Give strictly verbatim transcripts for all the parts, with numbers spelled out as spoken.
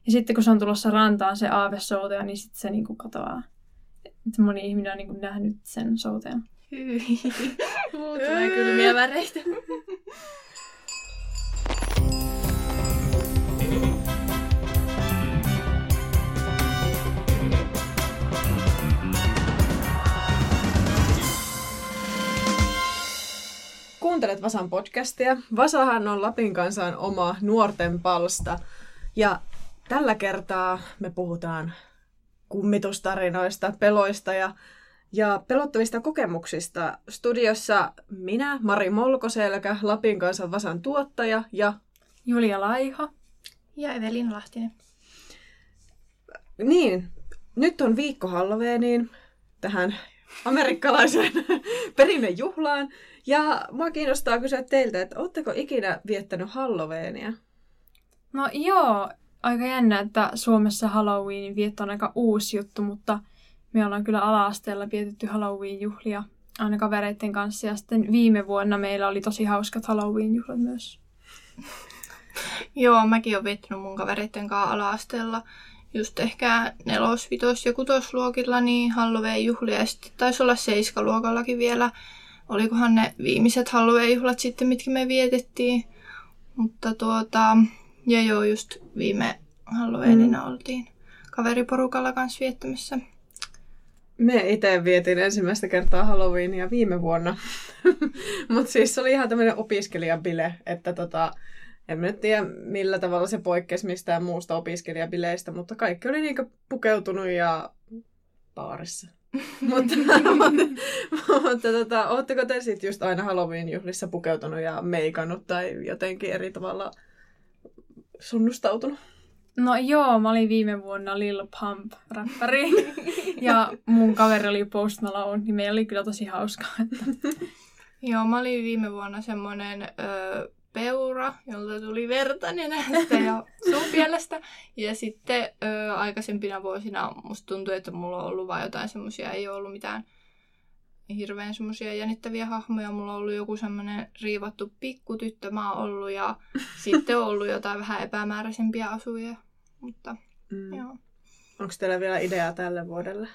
Ja sitten kun se on tulossa rantaan se aavesouteja, niin sitten se niinku katoaa. Että moni ihminen on niinku nähnyt sen souteen. Hyi. Muu tulee kylmiä väreitä. Kuuntelet Vasan podcastia. Vasahan on Lapin kansan oma nuorten palsta. Ja tällä kertaa me puhutaan kummitustarinoista, peloista ja, ja pelottavista kokemuksista. Studiossa minä, Mari Molkoselkä, Lapin kansan Vasan tuottaja ja Julia Laiho ja Evelin Lahtinen. Niin, nyt on viikko Halloweeniin tähän amerikkalaiseen perinnejuhlaan. Ja mua kiinnostaa kysyä teiltä, että ootteko ikinä viettänyt Halloweenia? No joo, aika jännä, että Suomessa Halloweenin vietto on aika uusi juttu, mutta me ollaan kyllä ala-asteella vietetty Halloween-juhlia aina kavereiden kanssa. Ja sitten viime vuonna meillä oli tosi hauskat Halloween-juhlat myös. Joo, mäkin olen viettänyt mun kavereiden kanssa ala-asteella just ehkä nelos-, vitos- ja kutosluokilla niin Halloween-juhlia. Ja sitten taisi olla seiskaluokallakin vielä. Olikohan ne viimeiset Halloween-juhlat sitten, mitkä me vietettiin. Mutta tuota, ja joo, just viime Halloweenina mm. oltiin kaveriporukalla kanssa viettämässä. Me itse vietin ensimmäistä kertaa Halloweenia viime vuonna. Mutta siis se oli ihan tämmöinen opiskelijabile, että tota, en nyt tiedä millä tavalla se poikkesi mistään muusta opiskelijabileistä, mutta kaikki oli niinku pukeutunut ja baarissa. mutta mutta tota, ootteko te sitten just aina Halloween-juhlissa pukeutunut ja meikannut tai jotenkin eri tavalla sunnustautunut? No joo, mä olin viime vuonna Lil Pump-räppäri ja mun kaveri oli Post Malone, niin meillä oli kyllä tosi hauskaa. Että... Joo, mä olin viime vuonna semmoinen ö, peura, jolta tuli verta nenästä ja suupielestä. Ja sitten ö, aikaisempina vuosina musta tuntui, että mulla on ollut vain jotain semmosia, ei ole ollut mitään hirveän semmosia jännittäviä hahmoja. Mulla on ollut joku semmoinen riivattu pikkutyttö mä oon ollut ja sitten on ollut jotain vähän epämääräisempiä asuja. Mutta mm. joo. Onko teillä vielä ideaa tälle vuodelle?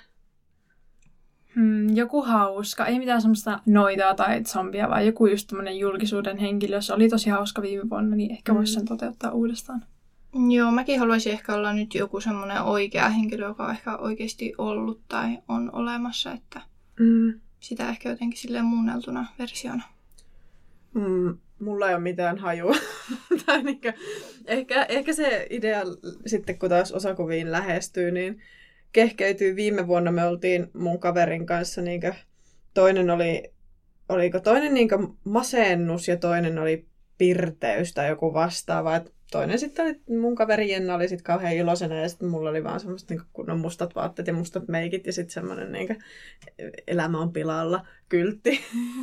Hmm, joku hauska. Ei mitään semmoista noitaa tai zombia, vaan joku just tämmöinen julkisuuden henkilö. Se oli tosi hauska viime vuonna, niin ehkä voisi sen toteuttaa uudestaan. Joo, mäkin haluaisin ehkä olla nyt joku semmoinen oikea henkilö, joka on ehkä oikeasti ollut tai on olemassa, että mm. sitä ehkä jotenkin silleen muunneltuna versiona. Mm, mulla ei ole mitään hajua. tai niinkö, ehkä, ehkä se idea sitten, kun taas osakuviin lähestyy, niin kehkeytyy. Viime vuonna me oltiin mun kaverin kanssa, niinkö, toinen oli, oliko toinen niinkö masennus ja toinen oli pirteys tai joku vastaava. Et toinen sitten oli, mun kaveri Jenna oli sitten kauhean iloisena ja sitten mulla oli vaan semmoiset niinkö kunnon mustat vaatteet ja mustat meikit ja sitten semmoinen niinkö elämä on pilalla kyltti.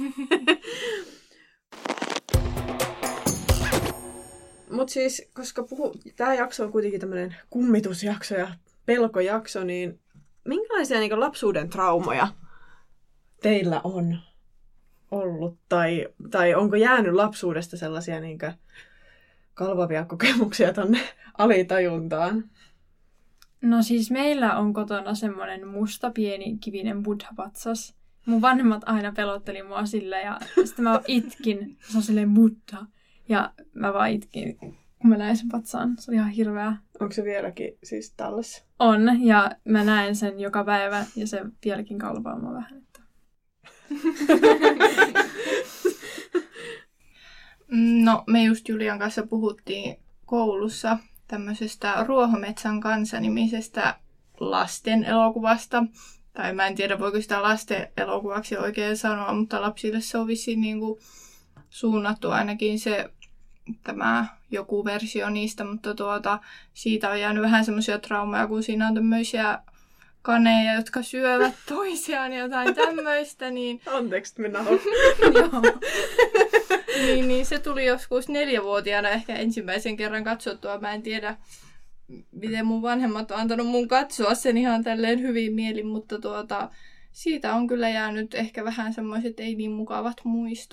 Mutta siis, koska puhu, tämä jakso on kuitenkin tämmöinen kummitusjakso ja pelkojakso, niin minkälaisia niin kuin lapsuuden traumoja teillä on ollut? Tai, tai onko jäänyt lapsuudesta sellaisia niin kuin kalvavia kokemuksia tonne alitajuntaan? No siis meillä on kotona semmoinen musta pieni kivinen buddha-patsas. Mun vanhemmat aina pelotteli mua sillä ja sitten mä itkin. Se on silleen buddha. Ja mä vaan itkin, kun mä näin sen patsaan. Se oli ihan hirveä. Onko se vieläkin siis tallessa? On, ja mä näen sen joka päivä, ja se vieläkin kalvaa mua vähän. Että... no, me just Julian kanssa puhuttiin koulussa tämmöisestä Ruohometsän kansa-nimisestä lasten elokuvasta. Tai mä en tiedä, voiko sitä lasten elokuvaksi oikein sanoa, mutta lapsille se on vissiin niinku suunnattu ainakin se tämä joku versio niistä, mutta tuota, siitä on jäänyt vähän semmoisia traumaja, kun siinä on tämmöisiä kaneja, jotka syövät toisiaan ja jotain tämmöistä. Niin... Anteeksi, minä Joo. niin, niin se tuli joskus neljävuotiaana ehkä ensimmäisen kerran katsottua. Mä en tiedä, miten mun vanhemmat on antanut mun katsoa sen ihan tälleen hyvin mielin, mutta tuota, siitä on kyllä jäänyt ehkä vähän semmoiset ei niin mukavat muistot.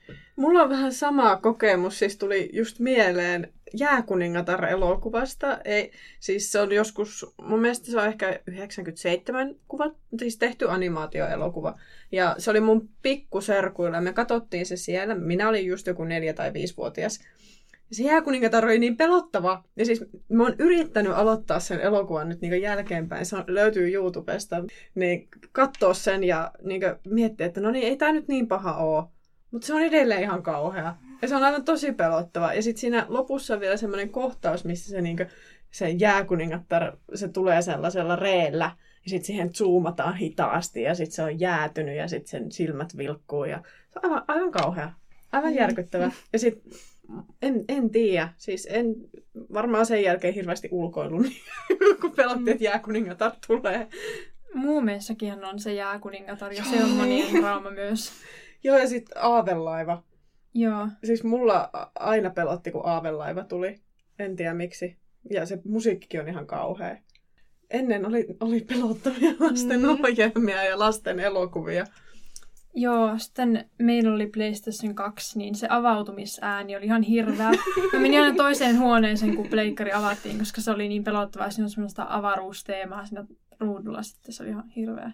Mulla on vähän sama kokemus, siis tuli just mieleen Jääkuningatar-elokuvasta. Ei, siis se on joskus, mun mielestä se on ehkä yhdeksänkymmentäseitsemän kuva, siis tehty animaatioelokuva. Ja se oli mun pikkuserkuilla, me katsottiin se siellä. Minä olin just joku neljä- tai viisivuotias. Ja se Jääkuningatar oli niin pelottava. Ja siis mä oon yrittänyt aloittaa sen elokuvan nyt niin jälkeenpäin. Se on, löytyy YouTubesta. Niin katsoo sen ja niin miettiä, että no niin, ei tää nyt niin paha oo. Mutta se on edelleen ihan kauhea. Ja se on aivan tosi pelottava. Ja sitten siinä lopussa on vielä semmoinen kohtaus, missä se, niinku, se jääkuningattar, se tulee sellaisella reellä. Ja sitten siihen zoomataan hitaasti ja sitten se on jäätynyt ja sitten sen silmät vilkkuu. Ja se on aivan, aivan kauhea. Aivan järkyttävä. Ja sitten en, en tiedä. Siis en varmaan sen jälkeen hirveästi ulkoilun, kun pelottiin, että jääkuningatar tulee. Muumeissakin on se Jääkuningatar ja se on monien draama myös. Joo, ja sitten aavelaiva. Joo. Siis mulla aina pelotti, kun aavelaiva tuli. En tiedä miksi. Ja se musiikkikin on ihan kauhea. Ennen oli, oli pelottavia lasten mm. ohjelmia ja lasten elokuvia. Joo, sitten meillä oli PlayStation kaksi, niin se avautumisääni oli ihan hirveä. Mä menin aina toiseen huoneeseen, kun pleikkari avattiin, koska se oli niin pelottavaa. Siinä on semmoista avaruusteemaa siinä ruudulla sitten. Se oli ihan hirveä.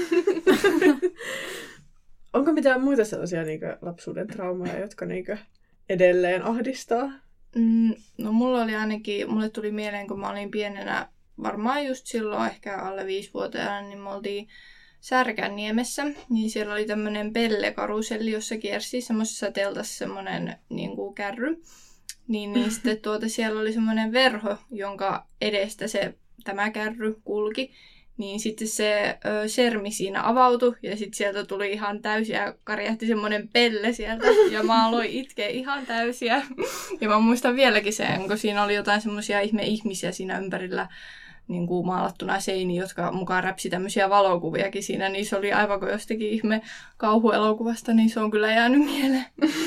Onko mitään muita sellaisia niin kuin, lapsuuden traumaja, jotka niin kuin, edelleen ahdistaa? Mm, no mulla oli ainakin, mulle tuli mieleen, kun mä olin pienenä, varmaan just silloin ehkä alle viisivuotiaana, niin me oltiin Särkänniemessä, niin siellä oli tämmöinen pellekaruselli, jossa kiersi semmoisessa teltassa semmoinen niin kuin kärry. Niin, niin sitten tuota, siellä oli semmoinen verho, jonka edestä se, tämä kärry kulki. Niin sitten se ö, sermi siinä avautui ja sitten sieltä tuli ihan täysiä, karjahti semmoinen pelle sieltä ja mä aloin itkeä ihan täysiä. Ja mä muistan vieläkin sen, kun siinä oli jotain semmoisia ihme-ihmisiä siinä ympärillä niin kuin maalattuna seiniä, jotka mukaan räpsi tämmöisiä valokuviakin siinä, niin se oli aivan kuin jostakin ihme kauhuelokuvasta, niin se on kyllä jäänyt mieleen.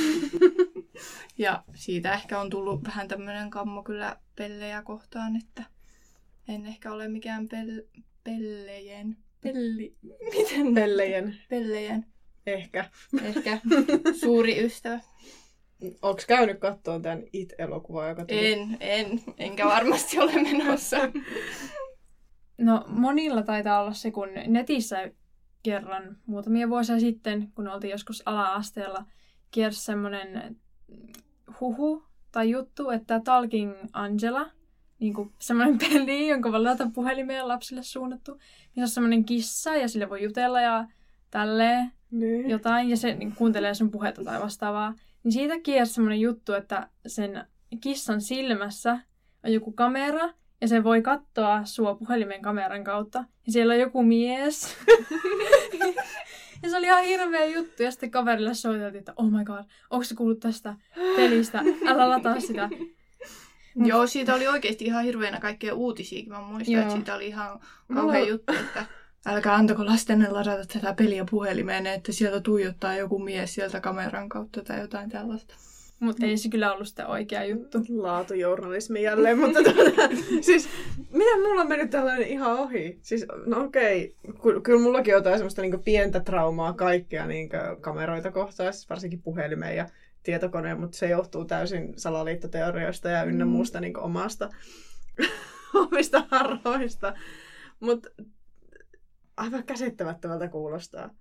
Ja siitä ehkä on tullut vähän tämmöinen kammo kyllä pellejä kohtaan, että en ehkä ole mikään pel- pellejen, pelli, miten? Pellejen. Pellejen. Ehkä. Ehkä suuri ystävä. Onko käynyt katsomaan tämän It-elokuvaa, joka tuli? En, en. Enkä varmasti ole menossa. No monilla taitaa olla se, kun netissä kerran muutamia vuosia sitten, kun oltiin joskus ala-asteella, kiersi semmoinen huhu tai juttu, että Talking Angela, niin kuin semmoinen peli, jonka voi laittaa puhelimeen lapsille suunnattu, missä on semmoinen kissa ja sille voi jutella ja tälleen niin. jotain, ja se niin kuuntelee sun puhetta tai vastaavaa. Niin siitä kiersi semmoinen juttu, että sen kissan silmässä on joku kamera, ja se voi katsoa sua puhelimen kameran kautta. Ja siellä on joku mies. Ja se oli ihan hirveä juttu. Ja sitten kaverille soiteltiin, että oh my god, onko se kuullut tästä pelistä? Älä lataa sitä. Joo, siitä oli oikeasti ihan hirveänä kaikkea uutisiakin. Mä muistan, Joo. että siitä oli ihan kauhea Mulla... juttu, että älkää antako lastenne ladata tätä peliä puhelimeen, että sieltä tuijottaa joku mies sieltä kameran kautta tai jotain tällaista. Mutta ei se kyllä ollut sitä oikea juttu. Laatujournalismi jälleen, mutta tuota, siis miten mulla on mennyt tällainen ihan ohi? Siis no okei, ky- kyllä mullakin on jotain semmoista niinku pientä traumaa kaikkea niinku kameroita kohtaan, siis varsinkin puhelimeen ja tietokoneen, mutta se johtuu täysin salaliittoteorioista ja ynnä muusta niinku omasta omista harroista. Mutta aivan käsittämättömältä kuulostaa.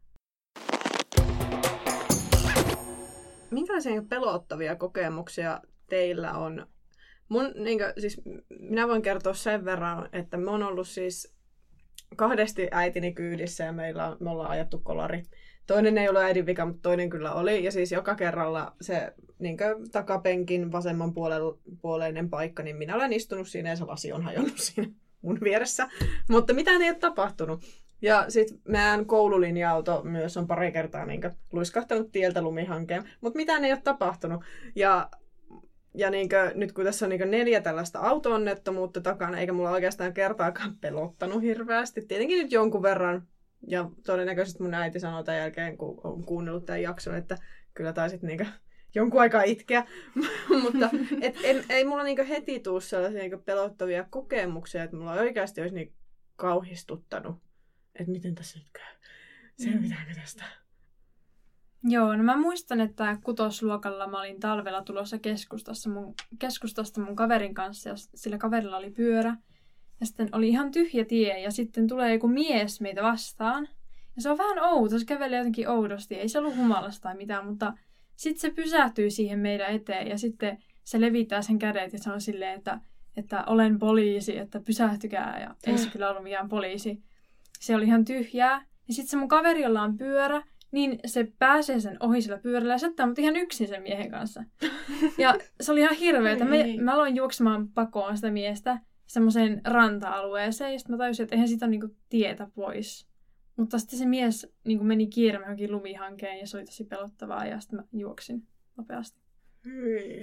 Minkälaisia pelottavia kokemuksia teillä on? Mun, niin kuin, siis, minä voin kertoa sen verran, että mä oon ollut siis kahdesti äitini kyydissä ja meillä on, me ollaan ajettu kolari. Toinen ei ole äidin vika, mutta toinen kyllä oli. Ja siis joka kerralla se niin kuin, takapenkin vasemman puoleinen paikka, niin minä olen istunut siinä ja se lasi on hajonnut siinä mun vieressä. Mutta mitään ei ole tapahtunut. Ja sitten meidän koululinja-auto myös on pari kertaa niin kuin, luiskahtanut tieltä lumihankeen, mutta mitään ei ole tapahtunut. Ja, ja niin kuin, nyt kun tässä on niin kuin neljä tällaista auto-onnettomuutta takana, eikä mulla oikeastaan kertaakaan pelottanut hirveästi. Tietenkin nyt jonkun verran, ja todennäköisesti mun äiti sanoi tämän jälkeen, kun on kuunnellut tämän jakson, että kyllä taisit niin kuin jonkun aikaa itkeä. Mutta et, en, ei mulla niin kuin heti tule sellaisia niin kuin pelottavia kokemuksia, että mulla oikeasti olisi niin kauhistuttanut. Että miten tässä nyt käy? Selvitäänkö tästä? Joo, no mä muistan, että kutosluokalla mä olin talvella tulossa keskustassa mun, keskustasta mun kaverin kanssa ja sillä kaverilla oli pyörä. Ja sitten oli ihan tyhjä tie ja sitten tulee joku mies meitä vastaan. Ja se on vähän outo, se kävelee jotenkin oudosti. Ei se ollut humalassa tai mitään, mutta sitten se pysähtyy siihen meidän eteen ja sitten se levittää sen kädet ja sanoo silleen, että, että olen poliisi, että pysähtykää. Ja ei se kyllä ollut mikään poliisi. Se oli ihan tyhjää. Ja sitten se mun kaveri, jolla on pyörä, niin se pääsee sen ohi sillä pyörällä ja jättää mut ihan yksin sen miehen kanssa. Ja se oli ihan hirveetä. Mä, mä aloin juoksemaan pakoon sitä miestä semmoiseen ranta-alueeseen. Ja sitten mä tajusin, että eihän siitä ole niinku tietä pois. Mutta sitten se mies niinku meni kiireen johonkin lumihankeen ja se oli tosi pelottavaa. Ja sitten mä juoksin nopeasti. Hyi.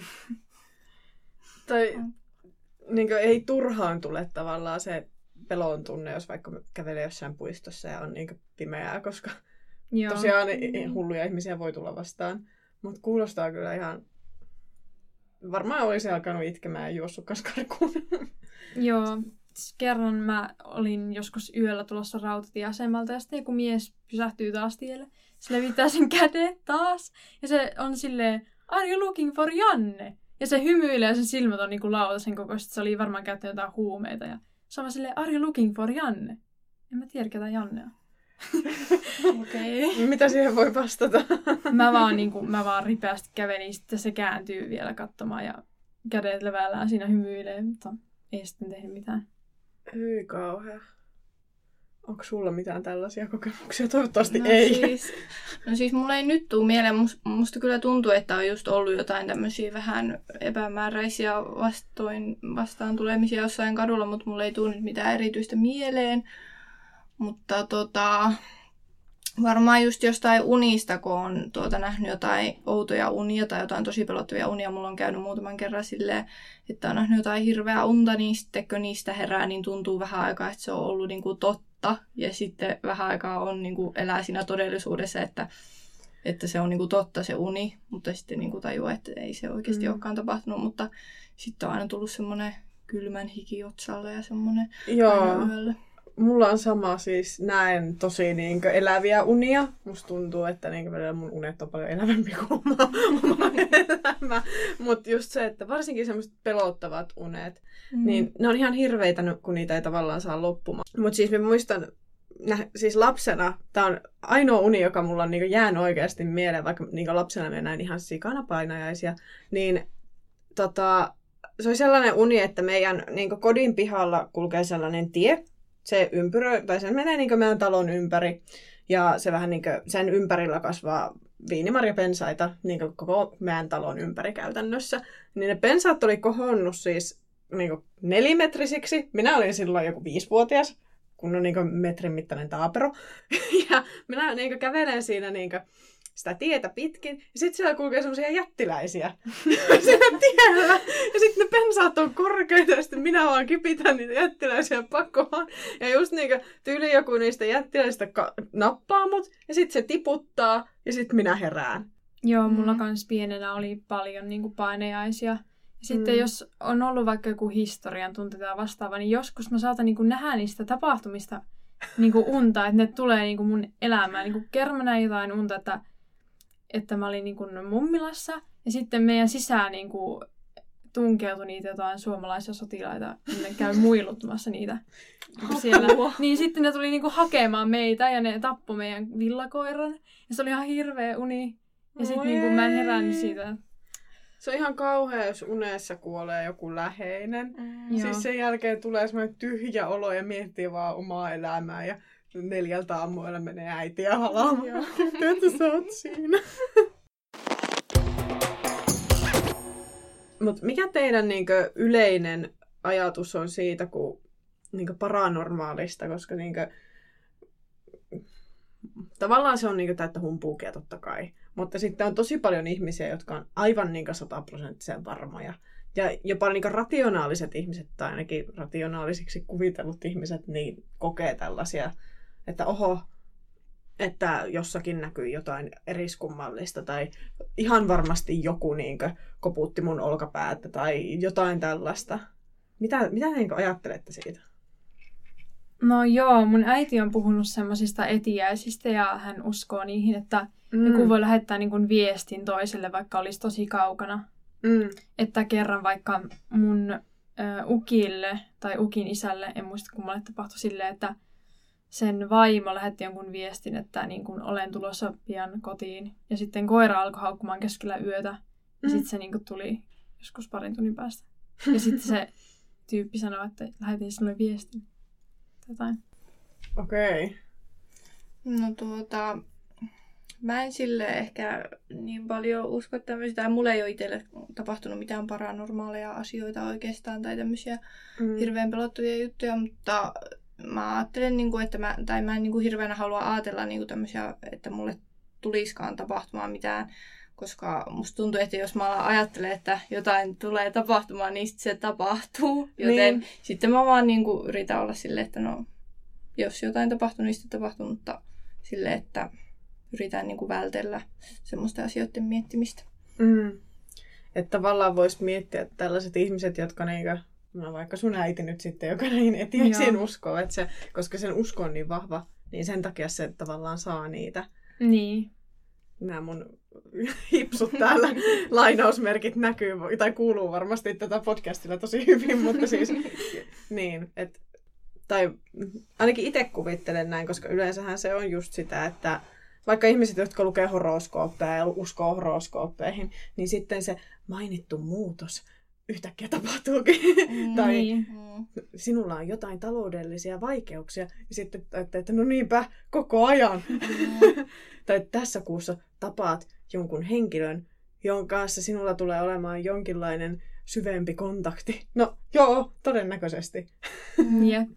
Tai niinku, ei turhaan tule tavallaan se pelon tunne, jos vaikka kävelee jossain puistossa ja on niinku pimeää, koska Joo. tosiaan mm. hulluja ihmisiä voi tulla vastaan. Mutta kuulostaa kyllä ihan... Varmaan olisi alkanut itkemään ja juossut kaskarkuun. Joo. Kerran mä olin joskus yöllä tulossa rautatieasemalta ja sitten joku mies pysähtyy taas tielle. Se levittää sen kädet taas ja se on silleen, are you looking for Janne? Ja se hymyilee ja sen silmät on niinku lautasen kokoiset. Se oli varmaan käyttänyt jotain huumeita ja se on silleen, are you looking for Janne? En mä tiedä, ketä Janne on. Okei. Okay. Mitä siihen voi vastata? mä, vaan, niin kuin, mä vaan ripeästi kävelin, sitten se kääntyy vielä katsomaan ja kädet levällään siinä hymyilee, mutta ei sitten tehnyt mitään. Hyi kauhea. Onko sulla mitään tällaisia kokemuksia? Toivottavasti no ei. Siis, no siis mulla ei nyt tule mieleen. Musta kyllä tuntuu, että on just ollut jotain tämmöisiä vähän epämääräisiä vastoin, vastaan tulemisia jossain kadulla, mutta mulla ei tule nyt mitään erityistä mieleen. Mutta tota, varmaan just jostain unista, kun on tuota, nähnyt jotain outoja unia tai jotain tosi pelottavia unia. Mulla on käynyt muutaman kerran silleen, että on nähnyt jotain hirveää unta, niin sitten kun niistä herää, niin tuntuu vähän aikaa, että se on ollut niin kuin totta. Ja sitten vähän aikaa on niin kuin elää siinä todellisuudessa, että, että se on niin kuin totta se uni. Mutta sitten niin kuin tajuaa, että ei se oikeasti mm. olekaan tapahtunut. Mutta sitten on aina tullut semmoinen kylmän hiki otsalle ja semmoinen aina yöllä. Mulla on sama, siis näen tosi niinkö eläviä unia. Musta tuntuu, että niinkö välillä mun unet on paljon elävämpi kuin oma, oma elämä. Mutta just se, että varsinkin semmoiset pelottavat unet, mm. niin ne on ihan hirveitä, kun niitä ei tavallaan saa loppumaan. Mutta siis mä muistan, nä, siis lapsena, tää on ainoa uni, joka mulla on niinkö jäänyt oikeasti mieleen, vaikka niinkö lapsena mä näin ihan sikana painajaisia, niin tota, se oli sellainen uni, että meidän niinkö kodin pihalla kulkee sellainen tie. Se ympyröi, tai se menee niin kuin meidän talon ympäri, ja se vähän niin kuin sen ympärillä kasvaa viinimarjapensaita niin kuin koko meidän talon ympäri käytännössä. Niin ne pensaat oli kohonnut siis niin kuin nelimetrisiksi. Minä olin silloin joku viisivuotias, kun on niin kuin metrin mittainen taapero. Ja minä niin kuin kävelen siinä niin kuin sitä tietä pitkin, ja sitten siellä kulkee semmoisia jättiläisiä siellä tiellä. Ja sitten ne pensaat on korkeita, ja sitten minä vaan kipitän niitä jättiläisiä pakoon. Ja just niinku tyyli joku niistä jättiläisistä ka- nappaa mut, ja sitten se tiputtaa, ja sitten minä herään. Joo, mulla mm. kans pienenä oli paljon niinku painejaisia. Ja sitten mm. jos on ollut vaikka joku historian tunti tai vastaava, niin joskus mä saatan niinku nähdä niistä tapahtumista niinku unta, että ne tulee niinku mun elämään. Niinku kerran mä näin jotain unta, että että mä olin niin kuin mummilassa, ja sitten meidän sisään niin kuin tunkeutui niitä jotain suomalaisia sotilaita, ja ne käy muiluttamassa niitä niin siellä. Niin sitten ne tuli niin kuin hakemaan meitä, ja ne tappoi meidän villakoiran, ja se oli ihan hirveä uni. Ja sitten niin kuin mä en herännyt siitä. Se on ihan kauhea, jos unessa kuolee joku läheinen. Mm. Siis sen jälkeen tulee semmoinen tyhjä olo, ja miettii vaan omaa elämää, ja neljältä aamuilla menee äitiä halaamaan. Että sä oot siinä. Mut mikä teidän niinkö yleinen ajatus on siitä, kun niinkö paranormaalista, koska niinkö tavallaan se on niinkö täyttä humpuukia totta kai, mutta sitten on tosi paljon ihmisiä, jotka on aivan niinkö sataprosenttisen varmoja. Ja jopa niinkö rationaaliset ihmiset, tai ainakin rationaalisiksi kuvitellut ihmiset, niin kokee tällaisia, että oho, että jossakin näkyy jotain eriskummallista, tai ihan varmasti joku niinkö koputti mun olkapäätä, tai jotain tällaista. Mitä, mitä niinkö ajattelette siitä? No joo, mun äiti on puhunut semmoisista etiäisistä ja hän uskoo niihin, että mm. joku voi lähettää niin kuin viestin toiselle, vaikka olisi tosi kaukana. Mm. Että kerran vaikka mun ö, ukille tai ukin isälle, en muista kummalle tapahtui silleen, että sen vaimo lähetti jonkun viestin, että niin kuin olen tulossa pian kotiin. Ja sitten koira alkoi haukkumaan keskellä yötä. Ja mm. sitten se niin kuin tuli joskus parin tunnin päästä. Ja sitten se tyyppi sanoi, että lähetin sinulle viestin. Jotain. Okei. Okay. No tuota, mä en sille ehkä niin paljon usko tämmöistä. Tai mulla ei ole itselle tapahtunut mitään paranormaaleja asioita oikeastaan tai tämmöisiä mm. hirveän pelottavia juttuja, mutta mä ajattelen, että mä, tai mä en niin kuin hirveänä halua ajatella niin kuin tämmöisiä, että mulle tulisikaan tapahtumaan mitään, koska musta tuntuu, että jos mä ajattelen, että jotain tulee tapahtumaan, niin se tapahtuu. Joten niin. Sitten mä vaan niin kuin yritän olla silleen, että no, jos jotain tapahtuu, niin sitten tapahtuu, mutta silleen, että yritän niin kuin vältellä semmoista asioiden miettimistä. Mm. Että tavallaan voisi miettiä, että tällaiset ihmiset, jotka niinkö, no vaikka sun äiti nyt sitten, joka näihin etiäisiin uskoo, että se, koska sen usko on niin vahva, niin sen takia se tavallaan saa niitä. Niin. Nämä mun hipsut täällä, lainausmerkit näkyy, tai kuuluu varmasti tätä podcastilla tosi hyvin, mutta siis niin, että tai ainakin itse kuvittelen näin, koska yleensähän se on just sitä, että vaikka ihmiset, jotka lukee horoskooppeja ja uskoo horoskooppeihin, niin sitten se mainittu muutos yhtäkkiä tapahtuukin. Mm, tai niin. Sinulla on jotain taloudellisia vaikeuksia. Ja sitten, että, että no niinpä, koko ajan. Mm. Tai tässä kuussa tapaat jonkun henkilön, jonka kanssa sinulla tulee olemaan jonkinlainen syvempi kontakti. No joo, todennäköisesti. Jep.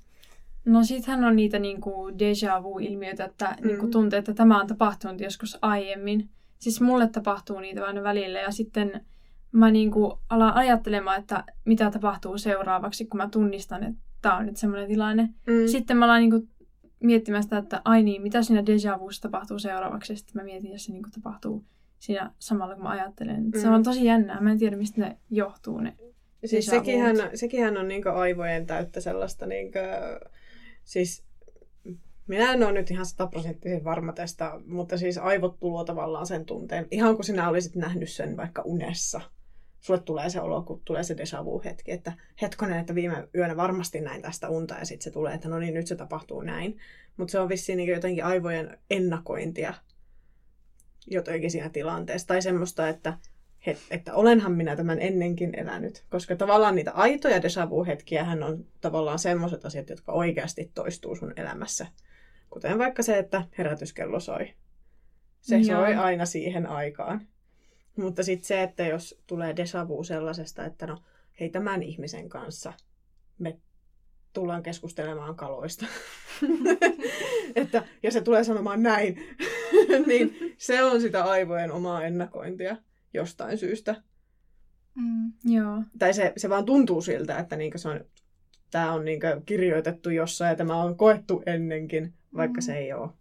No sittenhän on niitä niinku déjà vu-ilmiöitä, että mm. niinku tuntee, että tämä on tapahtunut joskus aiemmin. Siis mulle tapahtuu niitä aina välillä ja sitten mä niinku alan ajattelemaan, että mitä tapahtuu seuraavaksi, kun mä tunnistan, että tää on nyt semmoinen tilanne. Mm. Sitten mä alan niinku miettimään sitä, että ai niin, mitä siinä déjà vussa tapahtuu seuraavaksi. Ja sitten mä mietin, jos se niinku tapahtuu siinä samalla, kun mä ajattelen. Mm. Se on tosi jännää. Mä en tiedä, mistä ne johtuu ne. Siis sekinhän, sekinhän on niinku aivojen täyttä sellaista niinku, siis minä en ole nyt ihan sataprosenttisen varma tästä, mutta siis aivot tuo tavallaan sen tunteen. Ihan kun sinä olisit nähnyt sen vaikka unessa. Sulle tulee se olo, kun tulee se déjà vu-hetki, että hetkonen, että viime yönä varmasti näin tästä unta ja sitten se tulee, että no niin, nyt se tapahtuu näin. Mutta se on vissiin niin jotenkin aivojen ennakointia jotenkin siinä tilanteessa. Tai semmoista, että, että olenhan minä tämän ennenkin elänyt. Koska tavallaan niitä aitoja déjà vu-hetkiähän on tavallaan semmoiset asiat, jotka oikeasti toistuu sun elämässä. Kuten vaikka se, että herätyskello soi. Se Joo. soi aina siihen aikaan. Mutta sitten se, että jos tulee déjà vu sellaisesta, että no hei, tämän ihmisen kanssa me tullaan keskustelemaan kaloista. että, ja se tulee sanomaan näin. niin se on sitä aivojen omaa ennakointia jostain syystä. Mm, joo. Tai se, se vaan tuntuu siltä, että niinku se on, tämä on niinku kirjoitettu jossain ja tämä on koettu ennenkin, vaikka mm. se ei ole.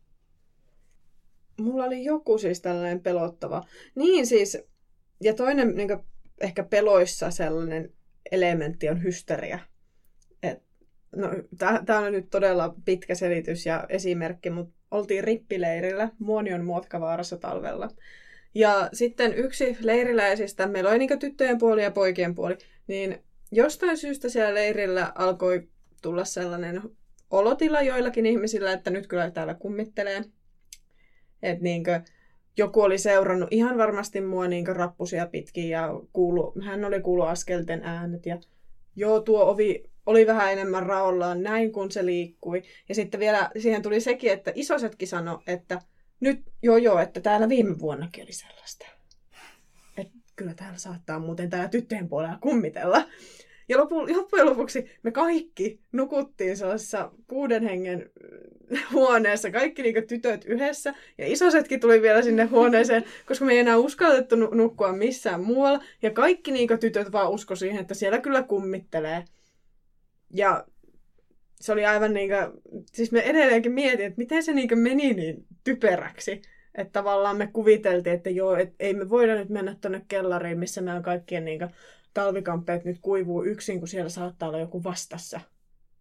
Mulla oli joku siis tällainen pelottava. Niin siis, ja toinen niin kuin, ehkä peloissa sellainen elementti on hysteria. Et, no, tämä on nyt todella pitkä selitys ja esimerkki, mutta oltiin rippileirillä Muonion Muotkavaarassa talvella. Ja sitten yksi leiriläisistä, meillä oli niin kuin tyttöjen puoli ja poikien puoli, niin jostain syystä siellä leirillä alkoi tulla sellainen olotila joillakin ihmisillä, että nyt kyllä täällä kummittelee. Että niinkö joku oli seurannut ihan varmasti mua niinkö rappusia pitkin ja kuulu, hän oli kuullut askelten äänet ja joo, tuo ovi oli vähän enemmän raollaan näin kun se liikkui. Ja sitten vielä siihen tuli sekin, että isosetkin sanoi, että nyt joo joo, että täällä viime vuonnakin oli sellaista. Että kyllä täällä saattaa muuten täällä tyttöjen puolella kummitella. Ja loppujen lopuksi me kaikki nukuttiin sellaisessa kuuden hengen huoneessa, kaikki niinku tytöt yhdessä. Ja isosetkin tuli vielä sinne huoneeseen, koska me ei enää uskallettu nukkua missään muualla. Ja kaikki niinku tytöt vaan usko siihen, että siellä kyllä kummittelee. Ja se oli aivan niinku, siis me edelleenkin mietin, että miten se niinku meni niin typeräksi. Että tavallaan me kuviteltiin, että joo, et ei me voida nyt mennä tonne kellariin, missä meidän kaikkien niinku talvikamppeet nyt kuivuu yksin, kun siellä saattaa olla joku vastassa.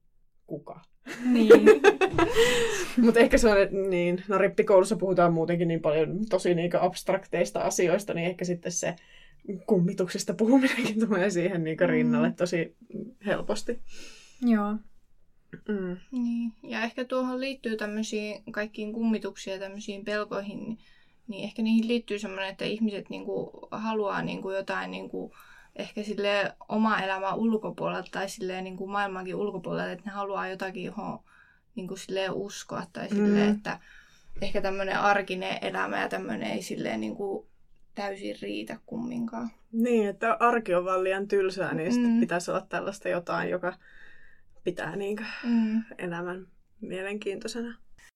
kuka. Niin. Mutta ehkä se on, että niin, no rippikoulussa puhutaan muutenkin niin paljon tosi niinku abstrakteista asioista, niin ehkä sitten se kummituksista puhuminenkin tulee siihen niinku rinnalle tosi helposti. Joo. Mm. Niin. Ja ehkä tuohon liittyy tämmöisiin kaikkiin kummituksiin ja tämmöisiin pelkoihin, niin, niin ehkä niihin liittyy semmoinen, että ihmiset niinku haluaa niinku jotain niinku ehkä sille oma elämä ulkopuolelta tai silleen niinku maailmankin ulkopuolelta, että ne haluaa jotakin, johon niinku silleen uskoa tai silleen, mm. että ehkä tämmöinen arkinen elämä ja tämmöinen ei silleen niinku täysin riitä kumminkaan. Niin, että arki on vaan liian tylsää, niin sitten Mm. pitäisi olla tällaista jotain, joka pitää niinkö Mm. elämän mielenkiintoisena.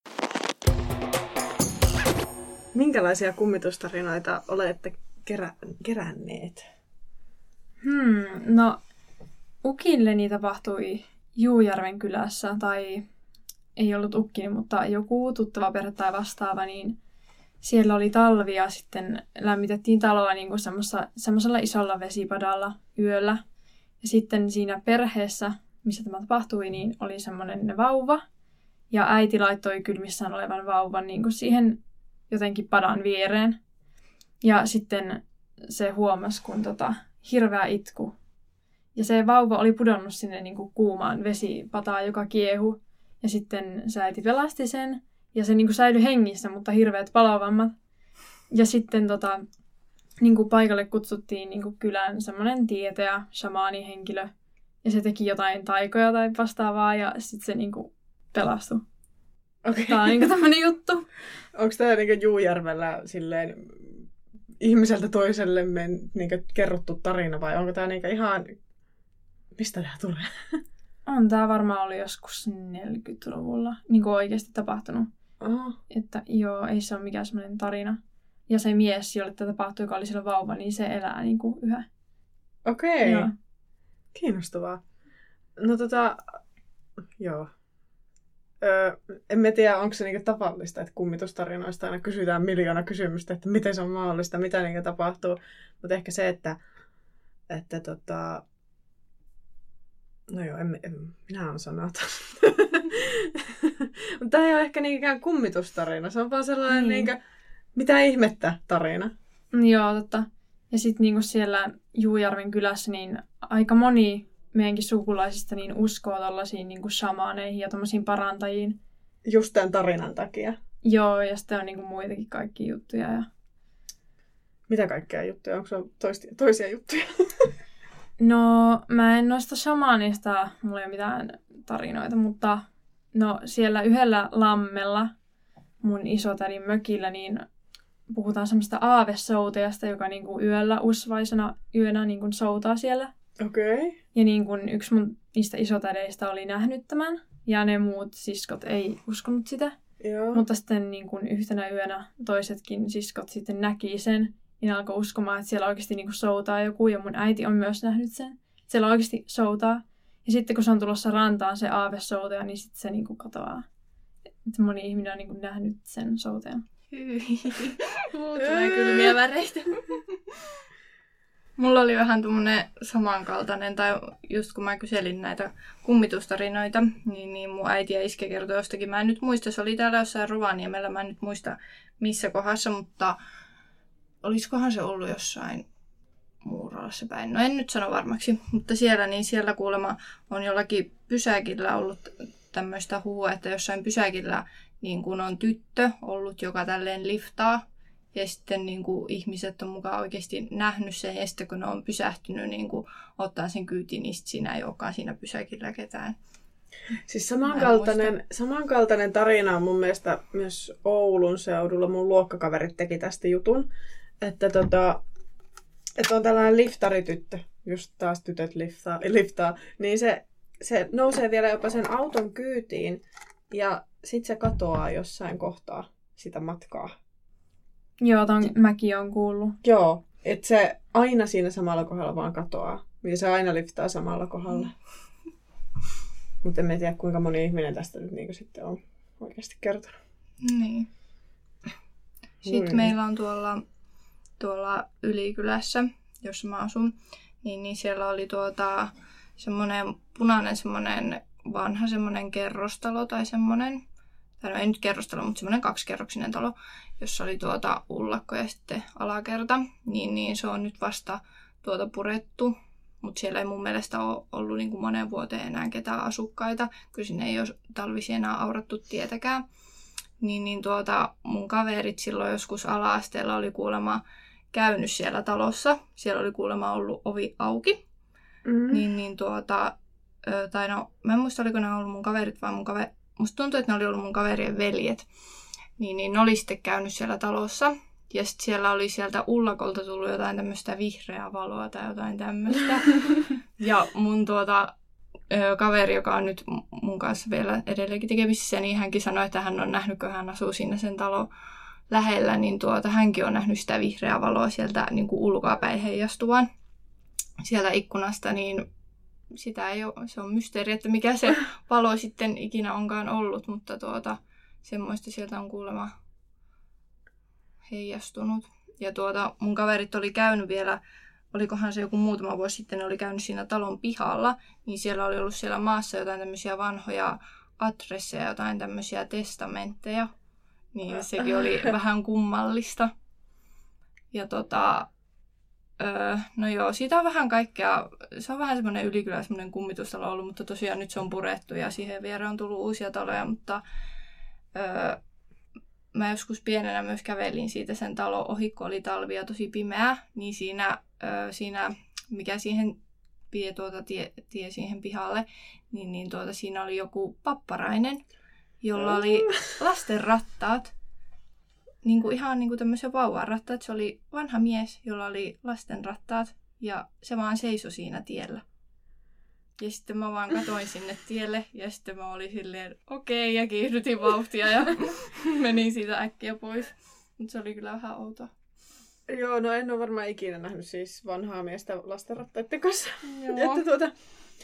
Minkälaisia kummitustarinoita olette kerä- keränneet? Hmm, no ukilleni tapahtui Juujärven kylässä, tai ei ollut ukkini, mutta joku tuttava perhe tai vastaava, niin siellä oli talvi ja sitten lämmitettiin taloa niin kuin semmoisella isolla vesipadalla yöllä. Ja sitten siinä perheessä, missä tämä tapahtui, niin oli semmoinen vauva. Ja äiti laittoi kylmissään olevan vauvan niin kuin siihen jotenkin padan viereen. Ja sitten se huomasi, kun tota, hirveä itku. Ja se vauva oli pudonnut sinne niin kuin kuumaan vesipataan, joka kiehu. Ja sitten se äiti pelasti sen. Ja se niin kuin säilyi hengissä, mutta hirveät palovammat. Ja sitten tota, niin kuin paikalle kutsuttiin niin kuin kylän semmoinen tietäjä, shamaanihenkilö. Ja se teki jotain taikoja tai vastaavaa ja sitten se niin kuin pelastui. Okay. Tämä on niin kuin tämmöinen juttu. Onko tämä niin Juujärvellä silleen ihmiseltä toiselle men, niin kerrottu tarina vai onko tämä niin ihan... Mistä tämä tulee? On tämä varmaan ollut joskus neljäkymmentäluvulla niin kuin oikeasti tapahtunut. Oh. Että joo, ei se ole mikään semmoinen tarina. Ja se mies, jolle tätä tapahtui, joka oli siellä vauva, niin se elää niin kuin yhä. Okei. Okay. Kiinnostavaa. No tota, joo. Öö, en mä tiedä, onko se niinku tavallista, että kummitustarinoista aina kysytään miljoona kysymystä, että miten se on mahdollista, mitä niinku tapahtuu. Mutta ehkä se, että, että tota... No joo, en, en, minä olen sanaton. Mutta tämä ei ole ehkä niinkään kummitustarina, se on vaan sellainen niin. niinku, mitä ihmettä tarina. Joo, totta. Ja sitten niinku siellä Juujärven kylässä niin aika moni meidänkin sukulaisista niin uskoo tällaisiin niinku shamaneihin ja tommosiin parantajiin. Just tämän tarinan takia. Joo, ja sitten on niinku muitakin kaikkia juttuja. Ja... Mitä kaikkea juttuja? Onko se toisia, toisia juttuja? No, mä en noista shamaanista, mulla ei ole mitään tarinoita, mutta no siellä yhdellä lammella mun isotädin mökillä niin puhutaan semmoista aavesoutajasta, joka niinku yöllä usvaisena yönä niinku soutaa siellä. Okei. Okay. Ja niinku yksi mun niistä isotädeistä oli nähnyt tämän, ja ne muut siskot ei uskonut sitä. Joo. Mutta sitten niinku yhtenä yönä toisetkin siskot sitten näki sen, ja ne alkoi uskomaan, että siellä oikeasti niinku soutaa joku, ja mun äiti on myös nähnyt sen. Siellä oikeasti soutaa. Ja sitten kun se on tulossa rantaan se aavesoutaja, niin sitten se niinku katoaa. Että moni ihminen on niinku nähnyt sen soutajan. Hyi. Mulla tulee kylmiä väreitä. Mulla oli vähän tuommoinen samankaltainen, tai just kun mä kyselin näitä kummitustarinoita, niin, niin mun äiti ja iskä kertoi jostakin. Mä en nyt muista, se oli täällä jossain Rovaniemellä, mä en nyt muista missä kohdassa, mutta olisikohan se ollut jossain Muuralassa päin. No en nyt sano varmaksi, mutta siellä, niin siellä kuulemma on jollakin pysäkillä ollut tämmöistä huhua, että jossain pysäkillä niin kun on tyttö ollut, joka tälleen liftaa. Ja sitten niin kuin, ihmiset on mukaan oikeasti nähnyt sen, ja sitten kun ne on pysähtynyt niin kuin, ottaa sen kyytiin, niin siinä ei olekaan siinä pysäkillä ketään. Siis samankaltainen, samankaltainen tarina on mun mielestä myös Oulun seudulla. Mun luokkakaverit teki tästä jutun, että, tota, että on tällainen liftarityttö, just taas tytöt liftaa, liftaa, niin se, se nousee vielä jopa sen auton kyytiin, ja sitten se katoaa jossain kohtaa sitä matkaa. Joo, ton mäkin on kuullut. Joo, että se aina siinä samalla kohdalla vaan katoaa. Ja se aina liftaa samalla kohdalla. Mm. Mutta en tiedä, kuinka moni ihminen tästä nyt niin sitten on oikeasti kertonut. Niin. Sitten mm. meillä on tuolla, tuolla Ylikylässä, jossa mä asun, niin, niin siellä oli tuota semmoinen punainen semmoinen vanha semmoinen kerrostalo tai semmoinen, tai no ei nyt kerrostalo, mutta semmoinen kaksikerroksinen talo, jossa oli tuota ullakko ja sitten alakerta, niin, niin se on nyt vasta tuota purettu. Mutta siellä ei mun mielestä ole ollut niin kuin moneen vuoteen enää ketään asukkaita. Kyllä sinne ei ole talvisi enää aurattu tietäkään. Niin, niin tuota, mun kaverit silloin joskus ala-asteella oli kuulemma käynyt siellä talossa. Siellä oli kuulemma ollut ovi auki. Mm. Niin, niin tuota, tai no, mä en muista, oliko ne ollut mun kaverit vai mun kaveri. Musta tuntuu, että ne oli ollut mun kaverien veljet. Niin, niin ne oli sitten käynyt siellä talossa. Ja sitten siellä oli sieltä ullakolta tullut jotain tämmöistä vihreää valoa tai jotain tämmöistä. Ja mun tuota, ö, kaveri, joka on nyt mun kanssa vielä edelleenkin tekemisissä, niin hänkin sanoi, että hän on nähnyt, kun hän asuu siinä sen talon lähellä, niin tuota, hänkin on nähnyt sitä vihreää valoa sieltä niin kuin ulkoapäin heijastuvan sieltä ikkunasta, niin sitä ei ole, se on mysteeri, että mikä se valo sitten ikinä onkaan ollut, mutta tuota, semmoista sieltä on kuulemma heijastunut. Ja tuota, mun kaverit oli käynyt vielä, olikohan se joku muutama vuosi sitten, ne oli käynyt siinä talon pihalla, niin siellä oli ollut siellä maassa jotain tämmöisiä vanhoja adresseja, jotain tämmöisiä testamentteja. Niin sekin oli vähän kummallista. Ja tota, öö, no joo, siitä on vähän kaikkea, se on vähän semmoinen ylikylä, semmoinen kummitustalo ollut, mutta tosiaan nyt se on purettu ja siihen viereen on tullut uusia taloja, mutta öö, mä joskus pienenä myös kävelin siitä sen talon ohi, kun oli talvi ja tosi pimeä, niin siinä, ö, siinä mikä siihen vie tuota tie, tie siihen pihalle, niin, niin tuota, siinä oli joku papparainen, jolla oli lasten rattaat, niin kuin ihan niin kuin tämmöisiä vauvan rattaat. Se oli vanha mies, jolla oli lasten rattaat ja se vaan seisoi siinä tiellä. Ja sitten mä vaan katoin sinne tielle ja sitten mä olin silleen okei okay, ja kiihdytin vauhtia ja menin siitä äkkiä pois. Mutta se oli kyllä vähän outoa. Joo, no en ole varmaan ikinä nähnyt siis vanhaa miestä lastenrattaiden kanssa. Joo. Että tuota...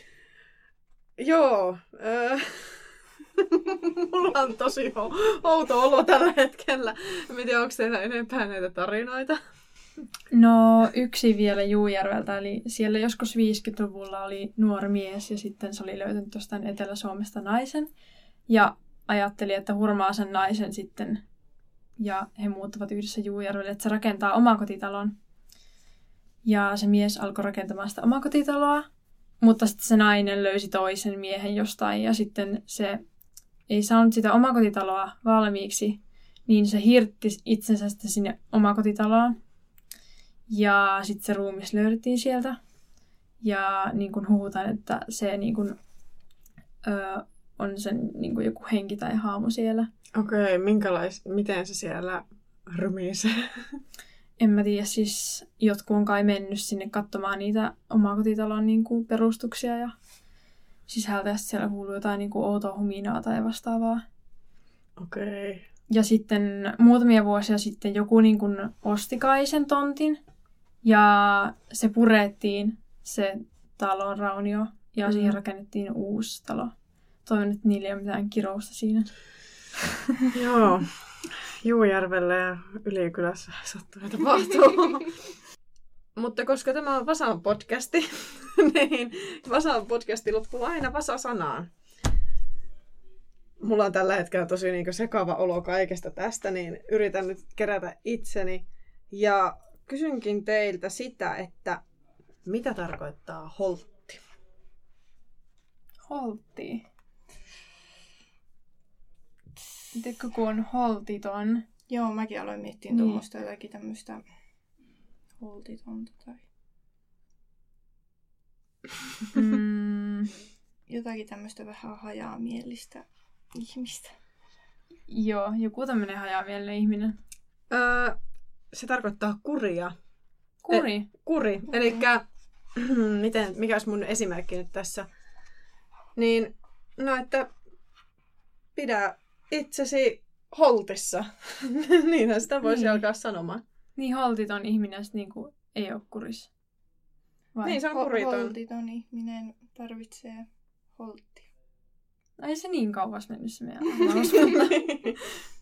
Joo. Äh... Mulla on tosi outo olo tällä hetkellä. En tiedä, onko teillä enempää näitä tarinoita? No yksi vielä Juujärveltä, eli siellä joskus viisikymmentäluvulla oli nuori mies ja sitten se oli löytänyt jostain Etelä-Suomesta naisen ja ajatteli, että hurmaa sen naisen sitten ja he muuttavat yhdessä Juujärvelle, että se rakentaa omakotitalon. Ja se mies alkoi rakentamaan sitä omakotitaloa, mutta sitten se nainen löysi toisen miehen jostain ja sitten se ei saanut sitä omakotitaloa valmiiksi, niin se hirtti itsensä sitten sinne omakotitaloon. Ja sitten se ruumis löydettiin sieltä. Ja niin kuin huhutaan, että se niin kuin, ö, on sen niin kuin joku henki tai haamu siellä. Okei, okay, minkälais, miten se siellä rumiisee? En mä tiedä, siis jotkut on kai mennyt sinne katsomaan niitä omakotitalon niin kuin perustuksia ja sisältä ja siellä kuuluu jotain niin kuin outoa huminaa tai vastaavaa. Okei. Okay. Ja sitten muutamia vuosia sitten joku niin kuin osti kai sen tontin ja se purettiin se talon raunio ja mm. siihen rakennettiin uusi talo. Toivon, että niillä ei ole mitään kirousta siinä. Joo. Juujärvellä ja Ylikylässä sattuu ja tapahtuu. Mutta koska tämä on Vasan podcasti, niin Vasan podcasti loppuu aina Vasa-sanaan. Mulla on tällä hetkellä tosi niin sekava olo kaikesta tästä, niin yritän nyt kerätä itseni. Ja kysynkin teiltä sitä, että mitä tarkoittaa holtti? Holtti. Tiedätkö, kun on holtiton? Joo, mäkin aloin miettiä niin. tuommoista jotakin tämmöistä holtitonta tai Mm. jotakin tämmöistä vähän hajaamielistä ihmistä. Joo, joku tämmöinen hajaamielinen ihminen. Öö, se tarkoittaa kuria. Kuri? E, kuri. Mm. Elikkä, miten, mikä olisi mun esimerkki nyt tässä? Niin, no että pidä itsesi holtissa. Niinhän sitä voisi niin. alkaa sanomaan. Niin holtiton ihminen niinku ei ole kuris. Vai? Niin, se on kuriton. Holtiton ihminen tarvitsee holttia. No ei se niin kauas mennyt se meidän